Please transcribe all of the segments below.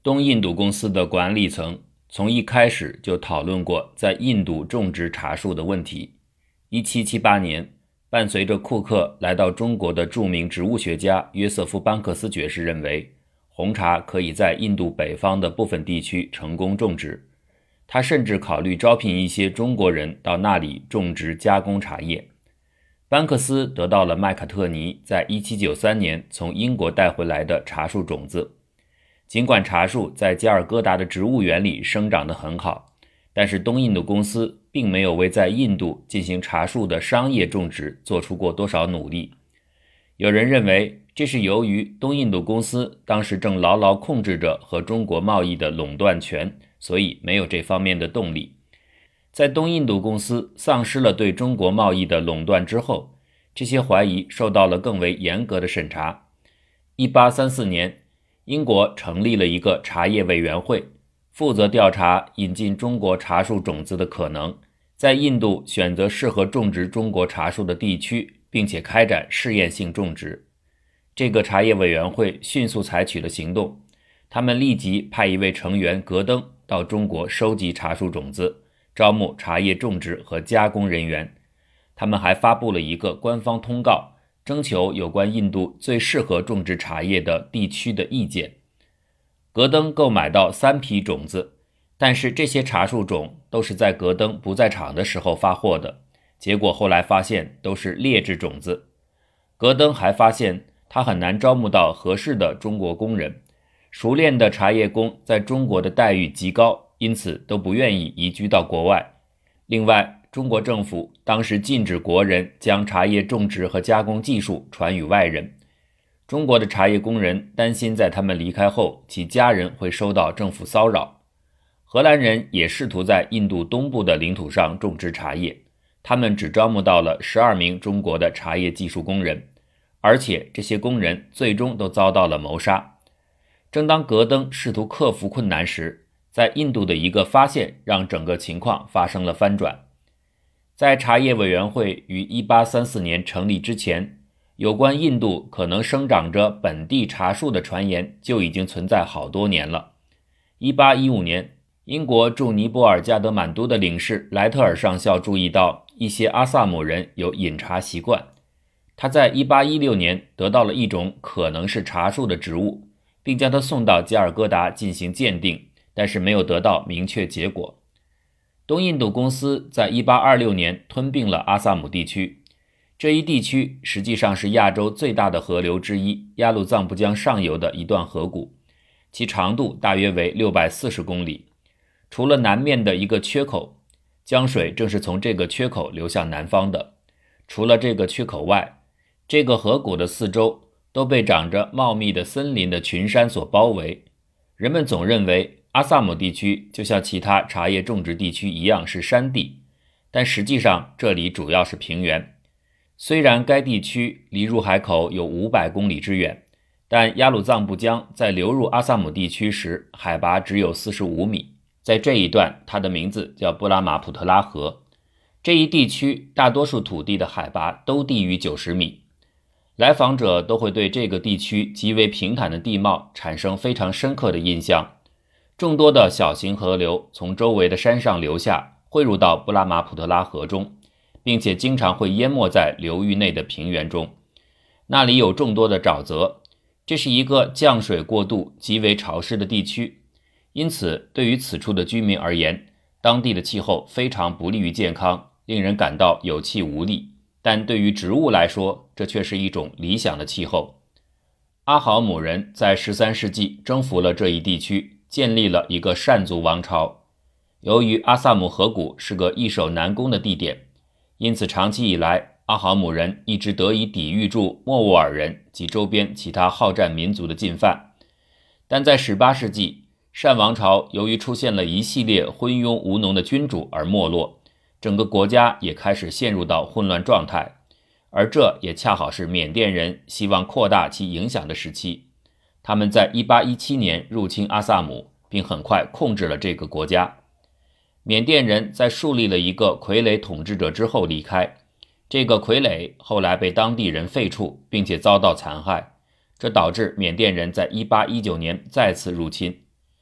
东印度公司的管理层从一开始就讨论过在印度种植茶树的问题。1778年，伴随着库克来到中国的著名植物学家约瑟夫·班克斯爵士认为，红茶可以在印度北方的部分地区成功种植。他甚至考虑招聘一些中国人到那里种植加工茶叶。班克斯得到了麦卡特尼在1793年从英国带回来的茶树种子。尽管茶树在加尔各答的植物园里生长得很好，但是东印度公司并没有为在印度进行茶树的商业种植做出过多少努力。有人认为这是由于东印度公司当时正牢牢控制着和中国贸易的垄断权，所以没有这方面的动力。在东印度公司丧失了对中国贸易的垄断之后，这些怀疑受到了更为严格的审查。1834年，英国成立了一个茶叶委员会，负责调查引进中国茶树种子的可能，在印度选择适合种植中国茶树的地区，并且开展试验性种植。这个茶叶委员会迅速采取了行动，他们立即派一位成员格登到中国收集茶树种子，招募茶叶种植和加工人员。他们还发布了一个官方通告，征求有关印度最适合种植茶叶的地区的意见。格登购买到3批种子，但是这些茶树种都是在格登不在场的时候发货的，结果后来发现都是劣质种子。格登还发现他很难招募到合适的中国工人，熟练的茶叶工在中国的待遇极高，因此都不愿意移居到国外。另外，中国政府当时禁止国人将茶叶种植和加工技术传与外人。中国的茶叶工人担心在他们离开后，其家人会受到政府骚扰。荷兰人也试图在印度东部的领土上种植茶叶，他们只招募到了12名中国的茶叶技术工人，而且这些工人最终都遭到了谋杀。正当格登试图克服困难时，在印度的一个发现让整个情况发生了翻转。在茶叶委员会于1834年成立之前，有关印度可能生长着本地茶树的传言就已经存在好多年了。1815年，英国驻尼泊尔加德满都的领事莱特尔上校注意到一些阿萨姆人有饮茶习惯。他在1816年得到了一种可能是茶树的植物，并将它送到加尔各答进行鉴定，但是没有得到明确结果。东印度公司在1826年吞并了阿萨姆地区，这一地区实际上是亚洲最大的河流之一鸭绿藏布江上游的一段河谷，其长度大约为640公里。除了南面的一个缺口，江水正是从这个缺口流向南方的。除了这个缺口外，这个河谷的四周都被长着茂密的森林的群山所包围。人们总认为阿萨姆地区就像其他茶叶种植地区一样是山地，但实际上这里主要是平原。虽然该地区离入海口有500公里之远，但鸭绿藏布江在流入阿萨姆地区时海拔只有45米，在这一段它的名字叫布拉马普特拉河。这一地区大多数土地的海拔都低于90米。来访者都会对这个地区极为平坦的地貌产生非常深刻的印象。众多的小型河流从周围的山上流下，汇入到布拉马普特拉河中，并且经常会淹没在流域内的平原中。那里有众多的沼泽，这是一个降水过度、极为潮湿的地区，因此对于此处的居民而言，当地的气候非常不利于健康，令人感到有气无力。但对于植物来说，这却是一种理想的气候。阿豪姆人在13世纪征服了这一地区，建立了一个善族王朝。由于阿萨姆河谷是个易守难攻的地点，因此长期以来，阿豪姆人一直得以抵御住莫卧尔人及周边其他好战民族的进犯。但在18世纪，善王朝由于出现了一系列昏庸无能的君主而没落，整个国家也开始陷入到混乱状态，而这也恰好是缅甸人希望扩大其影响的时期。他们在1817年入侵阿萨姆，并很快控制了这个国家。缅甸人在树立了一个傀儡统治者之后离开，这个傀儡后来被当地人废黜，并且遭到残害，这导致缅甸人在1819年再次入侵。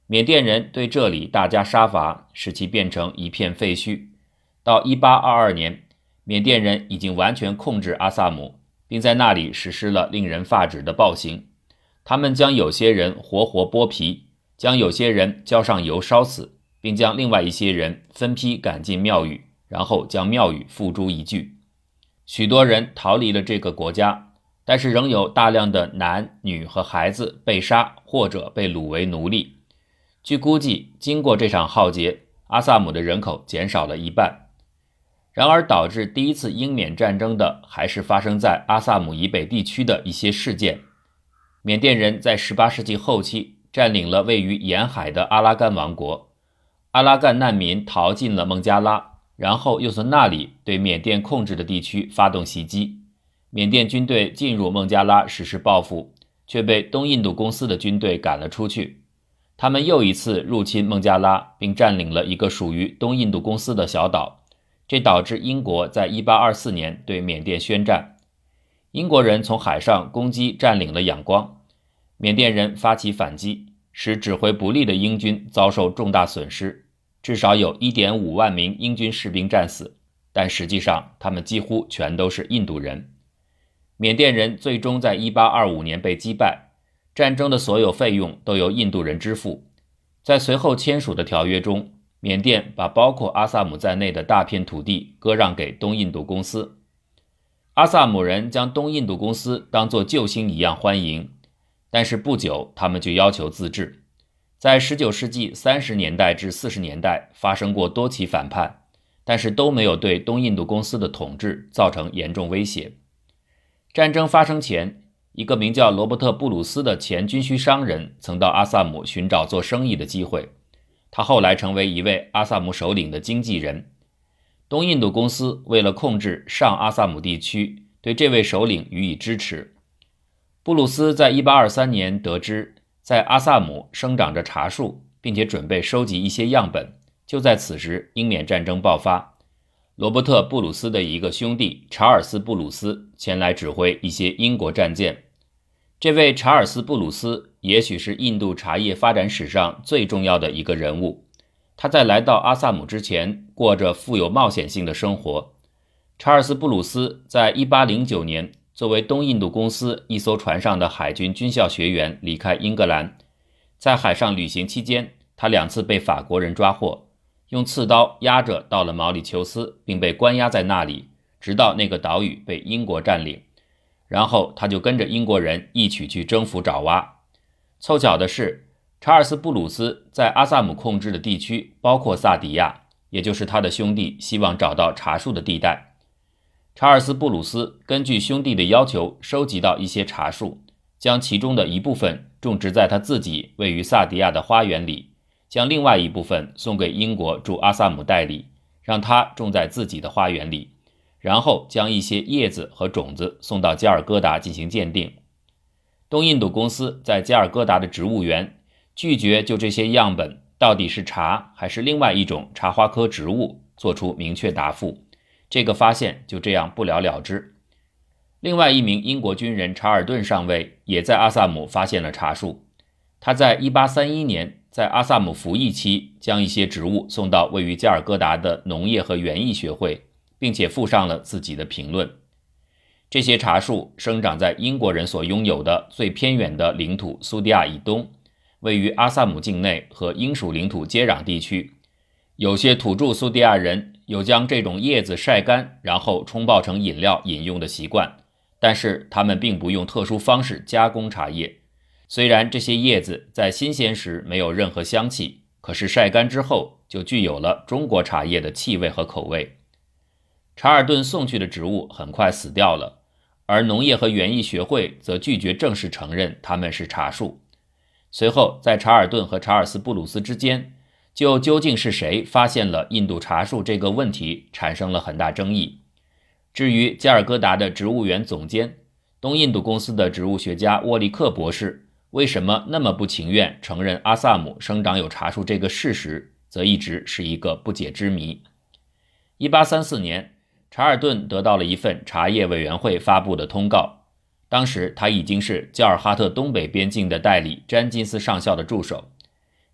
缅甸人对这里大加杀伐，使其变成一片废墟。到1822年，缅甸人已经完全控制阿萨姆，并在那里实施了令人发指的暴行。他们将有些人活活剥皮，将有些人浇上油烧死，并将另外一些人分批赶进庙宇，然后将庙宇付诸一炬。许多人逃离了这个国家，但是仍有大量的男女和孩子被杀或者被掳为奴隶。据估计，经过这场浩劫，阿萨姆的人口减少了一半。然而导致第一次英缅战争的还是发生在阿萨姆以北地区的一些事件。缅甸人在18世纪后期占领了位于沿海的阿拉干王国，阿拉干难民逃进了孟加拉，然后又从那里对缅甸控制的地区发动袭击。缅甸军队进入孟加拉实施报复，却被东印度公司的军队赶了出去。他们又一次入侵孟加拉，并占领了一个属于东印度公司的小岛，这导致英国在1824年对缅甸宣战。英国人从海上攻击占领了仰光，缅甸人发起反击，使指挥不力的英军遭受重大损失，至少有 1.5 万名英军士兵战死，但实际上他们几乎全都是印度人。缅甸人最终在1825年被击败，战争的所有费用都由印度人支付。在随后签署的条约中，缅甸把包括阿萨姆在内的大片土地割让给东印度公司。阿萨姆人将东印度公司当作救星一样欢迎，但是不久他们就要求自治。在19世纪30年代至40年代发生过多起反叛，但是都没有对东印度公司的统治造成严重威胁。战争发生前，一个名叫罗伯特·布鲁斯的前军需商人曾到阿萨姆寻找做生意的机会，他后来成为一位阿萨姆首领的经纪人。东印度公司为了控制上阿萨姆地区，对这位首领予以支持。布鲁斯在1823年得知在阿萨姆生长着茶树，并且准备收集一些样本。就在此时，英缅战争爆发，罗伯特·布鲁斯的一个兄弟查尔斯·布鲁斯前来指挥一些英国战舰。这位查尔斯·布鲁斯也许是印度茶叶发展史上最重要的一个人物。他在来到阿萨姆之前过着富有冒险性的生活。查尔斯·布鲁斯在1809年作为东印度公司一艘船上的海军军校学员离开英格兰，在海上旅行期间，他2次被法国人抓获，用刺刀压着到了毛里求斯，并被关押在那里，直到那个岛屿被英国占领。然后他就跟着英国人一起去征服爪哇。凑巧的是，查尔斯·布鲁斯在阿萨姆控制的地区包括萨迪亚，也就是他的兄弟希望找到茶树的地带。查尔斯·布鲁斯根据兄弟的要求收集到一些茶树，将其中的一部分种植在他自己位于萨迪亚的花园里，将另外一部分送给英国驻阿萨姆代理，让他种在自己的花园里，然后将一些叶子和种子送到加尔各答进行鉴定。东印度公司在加尔各答的植物园拒绝就这些样本到底是茶还是另外一种茶花科植物做出明确答复，这个发现就这样不了了之。另外一名英国军人查尔顿上尉也在阿萨姆发现了茶树，他在1831年在阿萨姆服役期将一些植物送到位于加尔各答的农业和园艺学会，并且附上了自己的评论。这些茶树生长在英国人所拥有的最偏远的领土苏迪亚以东，位于阿萨姆境内和英属领土接壤地区。有些土著苏迪亚人有将这种叶子晒干，然后冲泡成饮料饮用的习惯，但是他们并不用特殊方式加工茶叶。虽然这些叶子在新鲜时没有任何香气，可是晒干之后就具有了中国茶叶的气味和口味。查尔顿送去的植物很快死掉了，而农业和园艺学会则拒绝正式承认它们是茶树。随后，在查尔顿和查尔斯·布鲁斯之间，就究竟是谁发现了印度茶树这个问题产生了很大争议。至于加尔各答的植物园总监、东印度公司的植物学家沃利克博士为什么那么不情愿承认阿萨姆生长有茶树这个事实，则一直是一个不解之谜。1834年，查尔顿得到了一份茶叶委员会发布的通告，当时他已经是焦尔哈特东北边境的代理詹金斯上校的助手。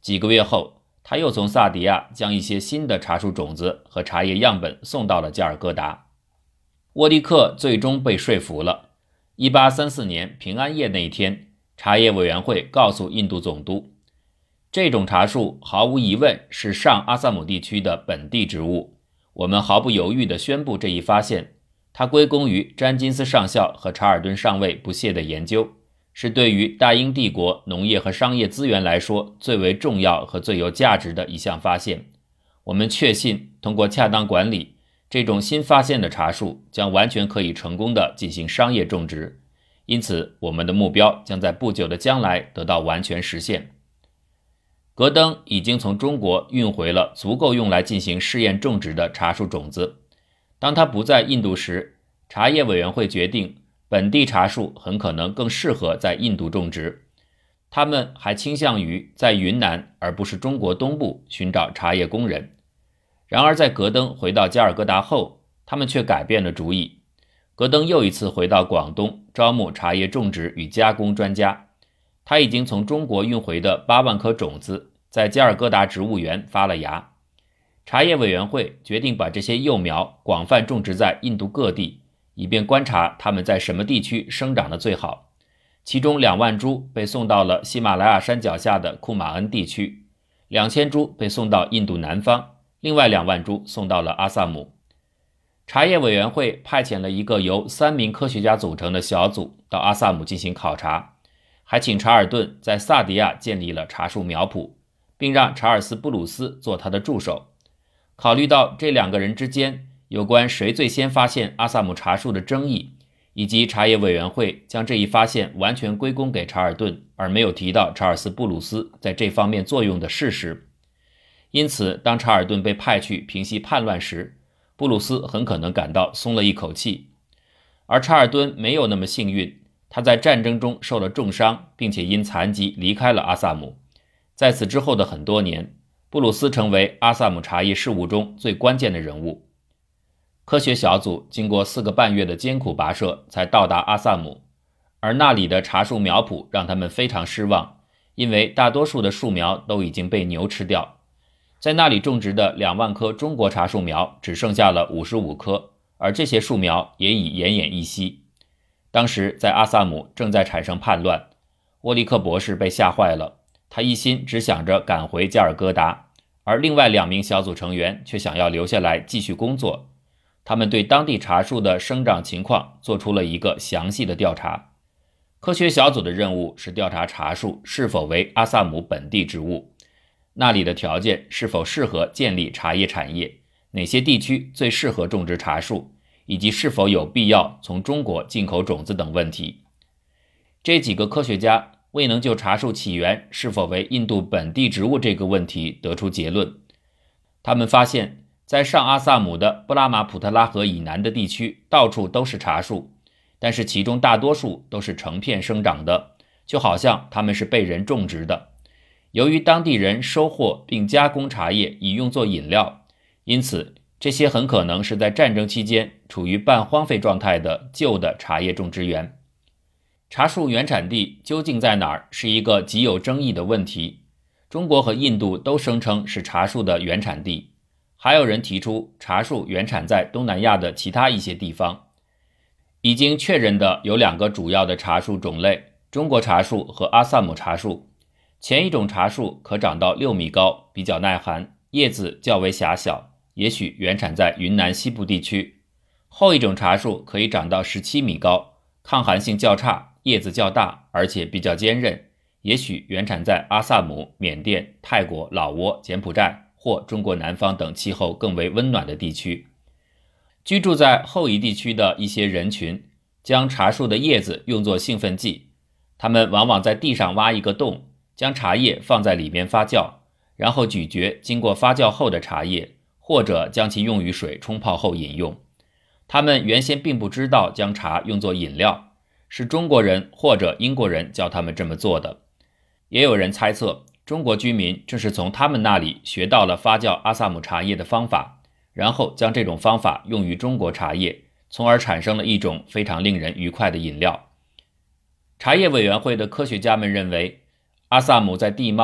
几个月后，他又从萨迪亚将一些新的茶树种子和茶叶样本送到了加尔各答。沃利克最终被说服了。1834年平安夜那一天，茶叶委员会告诉印度总督，这种茶树毫无疑问是上阿萨姆地区的本地植物。我们毫不犹豫地宣布这一发现，它归功于詹金斯上校和查尔顿上尉不懈的研究，是对于大英帝国农业和商业资源来说最为重要和最有价值的一项发现。我们确信，通过恰当管理，这种新发现的茶树将完全可以成功地进行商业种植，因此我们的目标将在不久的将来得到完全实现。戈登已经从中国运回了足够用来进行试验种植的茶树种子。当他不在印度时，茶叶委员会决定本地茶树很可能更适合在印度种植。他们还倾向于在云南而不是中国东部寻找茶叶工人。然而在戈登回到加尔各答后，他们却改变了主意。戈登又一次回到广东招募茶叶种植与加工专家。他已经从中国运回的8万颗种子在加尔各答植物园发了芽。茶叶委员会决定把这些幼苗广泛种植在印度各地，以便观察它们在什么地区生长得最好。其中2万株被送到了喜马拉雅山脚下的库马恩地区，2000株被送到印度南方，另外2万株送到了阿萨姆。茶叶委员会派遣了一个由3名科学家组成的小组到阿萨姆进行考察，还请查尔顿在萨迪亚建立了茶树苗圃，并让查尔斯·布鲁斯做他的助手。考虑到这2个人之间有关谁最先发现阿萨姆茶树的争议，以及茶叶委员会将这一发现完全归功给查尔顿，而没有提到查尔斯·布鲁斯在这方面作用的事实。因此，当查尔顿被派去平息叛乱时，布鲁斯很可能感到松了一口气。而查尔顿没有那么幸运，他在战争中受了重伤，并且因残疾离开了阿萨姆。在此之后的很多年，布鲁斯成为阿萨姆茶叶事务中最关键的人物。科学小组经过4个半月的艰苦跋涉才到达阿萨姆，而那里的茶树苗圃让他们非常失望，因为大多数的树苗都已经被牛吃掉。在那里种植的2万棵中国茶树苗只剩下了55棵，而这些树苗也已奄奄一息。当时在阿萨姆正在产生叛乱，沃利克博士被吓坏了，他一心只想着赶回加尔各答，而另外2名小组成员却想要留下来继续工作。他们对当地茶树的生长情况做出了一个详细的调查。科学小组的任务是调查茶树是否为阿萨姆本地植物，那里的条件是否适合建立茶叶产业，哪些地区最适合种植茶树，以及是否有必要从中国进口种子等问题。这几个科学家未能就茶树起源是否为印度本地植物这个问题得出结论。他们发现，在上阿萨姆的布拉马普特拉河以南的地区到处都是茶树，但是其中大多数都是成片生长的，就好像它们是被人种植的。由于当地人收获并加工茶叶以用作饮料，因此这些很可能是在战争期间处于半荒废状态的旧的茶叶种植园。茶树原产地究竟在哪儿是一个极有争议的问题。中国和印度都声称是茶树的原产地，还有人提出茶树原产在东南亚的其他一些地方。已经确认的有2个主要的茶树种类，中国茶树和阿萨姆茶树。前一种茶树可长到6米高，比较耐寒，叶子较为狭小，也许原产在云南西部地区。后一种茶树可以长到17米高，抗寒性较差，叶子较大，而且比较坚韧，也许原产在阿萨姆、缅甸、泰国、老挝、柬埔寨或中国南方等气候更为温暖的地区。居住在后移地区的一些人群将茶树的叶子用作兴奋剂，他们往往在地上挖一个洞，将茶叶放在里面发酵，然后咀嚼经过发酵后的茶叶，或者将其用于水冲泡后饮用。他们原先并不知道将茶用作饮料，是中国人或者英国人教他们这么做的。也有人猜测，中国居民正是从他们那里学到了发酵阿萨姆茶叶的方法，然后将这种方法用于中国茶叶，从而产生了一种非常令人愉快的饮料。茶叶委员会的科学家们认为，阿萨姆在地貌、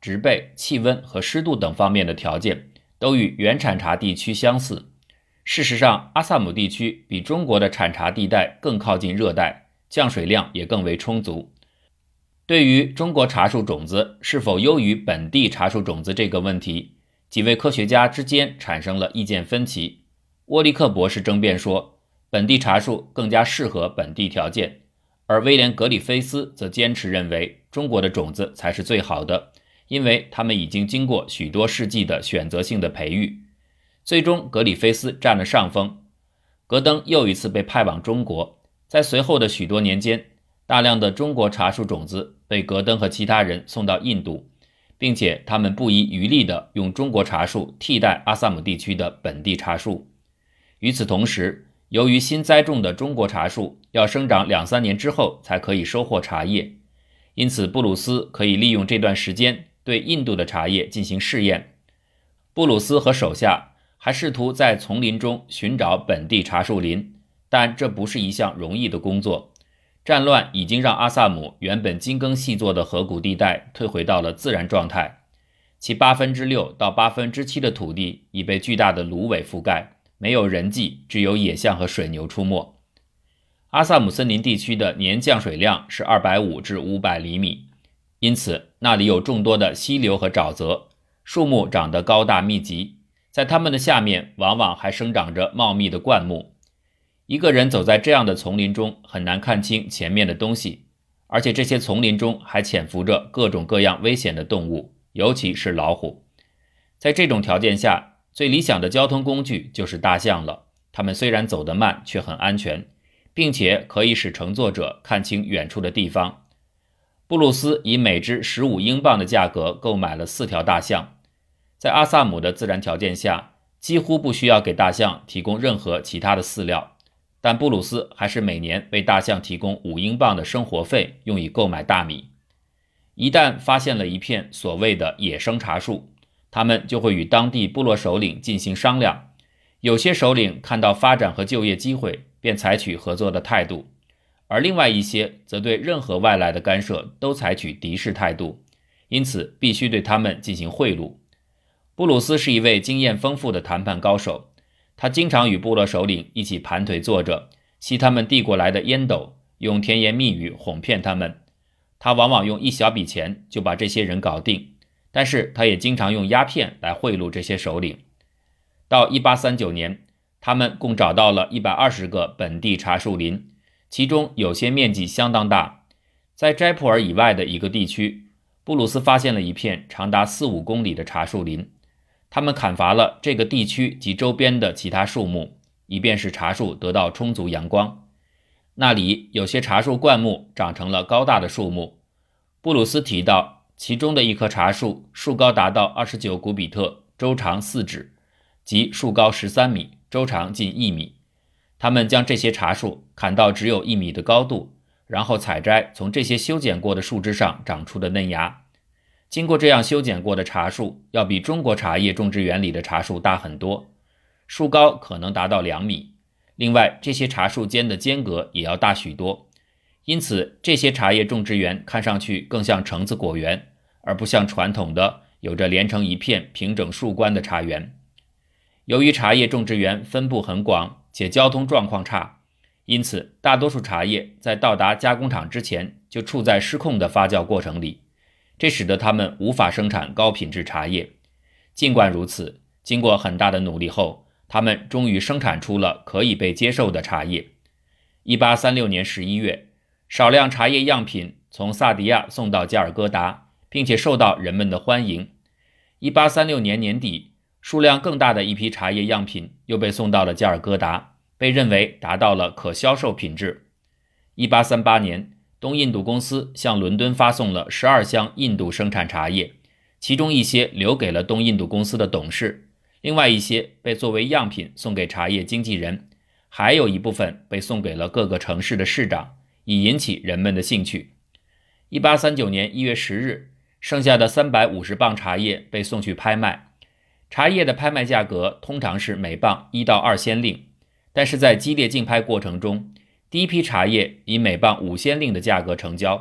植被、气温和湿度等方面的条件都与原产茶地区相似。事实上，阿萨姆地区比中国的产茶地带更靠近热带，降水量也更为充足。对于中国茶树种子是否优于本地茶树种子这个问题，几位科学家之间产生了意见分歧。沃利克博士争辩说，本地茶树更加适合本地条件，而威廉·格里菲斯则坚持认为中国的种子才是最好的，因为他们已经经过许多世纪的选择性的培育。最终格里菲斯占了上风，戈登又一次被派往中国。在随后的许多年间，大量的中国茶树种子被戈登和其他人送到印度，并且他们不遗余力地用中国茶树替代阿萨姆地区的本地茶树。与此同时，由于新栽种的中国茶树要生长2-3年之后才可以收获茶叶，因此布鲁斯可以利用这段时间对印度的茶叶进行试验。布鲁斯和手下还试图在丛林中寻找本地茶树林，但这不是一项容易的工作。战乱已经让阿萨姆原本精耕细作的河谷地带退回到了自然状态，其6%到7%的土地已被巨大的芦苇覆盖，没有人迹，只有野象和水牛出没。阿萨姆森林地区的年降水量是250至500厘米，因此那里有众多的溪流和沼泽，树木长得高大密集，在它们的下面往往还生长着茂密的灌木。一个人走在这样的丛林中很难看清前面的东西，而且这些丛林中还潜伏着各种各样危险的动物，尤其是老虎。在这种条件下，最理想的交通工具就是大象了。它们虽然走得慢，却很安全，并且可以使乘坐者看清远处的地方。布鲁斯以每只15英镑的价格购买了4条大象。在阿萨姆的自然条件下，几乎不需要给大象提供任何其他的饲料，但布鲁斯还是每年为大象提供5英镑的生活费，用以购买大米。一旦发现了一片所谓的野生茶树，他们就会与当地部落首领进行商量。有些首领看到发展和就业机会，便采取合作的态度，而另外一些则对任何外来的干涉都采取敌视态度，因此必须对他们进行贿赂。布鲁斯是一位经验丰富的谈判高手，他经常与部落首领一起盘腿坐着，吸他们递过来的烟斗，用甜言蜜语哄骗他们。他往往用一小笔钱就把这些人搞定，但是他也经常用鸦片来贿赂这些首领。到1839年，他们共找到了120个本地茶树林，其中有些面积相当大。在斋普尔以外的一个地区，布鲁斯发现了一片长达4-5公里的茶树林。他们砍伐了这个地区及周边的其他树木，以便使茶树得到充足阳光。那里有些茶树灌木长成了高大的树木。布鲁斯提到，其中的一棵茶树树高达到29古比特，周长4指，即树高13米，周长近1米。他们将这些茶树砍到只有1米的高度，然后采摘从这些修剪过的树枝上长出的嫩芽。经过这样修剪过的茶树要比中国茶叶种植园里的茶树大很多，树高可能达到2米。另外，这些茶树间的间隔也要大许多，因此这些茶叶种植园看上去更像橙子果园，而不像传统的有着连成一片平整树冠的茶园。由于茶叶种植园分布很广且交通状况差，因此大多数茶叶在到达加工厂之前就处在失控的发酵过程里，这使得他们无法生产高品质茶叶。尽管如此，经过很大的努力后，他们终于生产出了可以被接受的茶叶。1836年11月，少量茶叶样品从萨迪亚送到加尔各答，并且受到人们的欢迎。1836年年底，数量更大的一批茶叶样品又被送到了加尔各答，被认为达到了可销售品质。1838年，东印度公司向伦敦发送了12箱印度生产茶叶，其中一些留给了东印度公司的董事，另外一些被作为样品送给茶叶经纪人，还有一部分被送给了各个城市的市长，以引起人们的兴趣。1839年1月10日，剩下的350磅茶叶被送去拍卖。茶叶的拍卖价格通常是每磅1到2先令，但是在激烈竞拍过程中，第一批茶叶以每磅5先令的价格成交，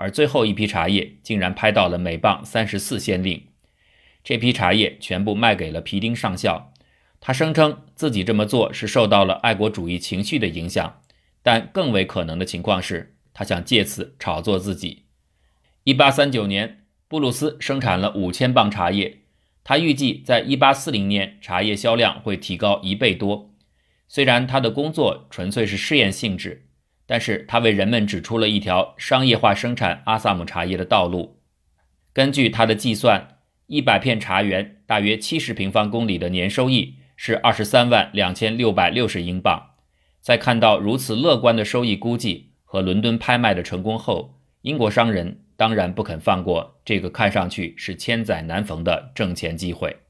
而最后一批茶叶竟然拍到了每磅34先令。这批茶叶全部卖给了皮丁上校，他声称自己这么做是受到了爱国主义情绪的影响，但更为可能的情况是他想借此炒作自己。1839年，布鲁斯生产了5000磅茶叶，他预计在1840年茶叶销量会提高1倍多。虽然他的工作纯粹是试验性质，但是他为人们指出了一条商业化生产阿萨姆茶叶的道路。根据他的计算，100片茶园大约70平方公里的年收益是232660英镑。在看到如此乐观的收益估计和伦敦拍卖的成功后，英国商人当然不肯放过这个看上去是千载难逢的挣钱机会。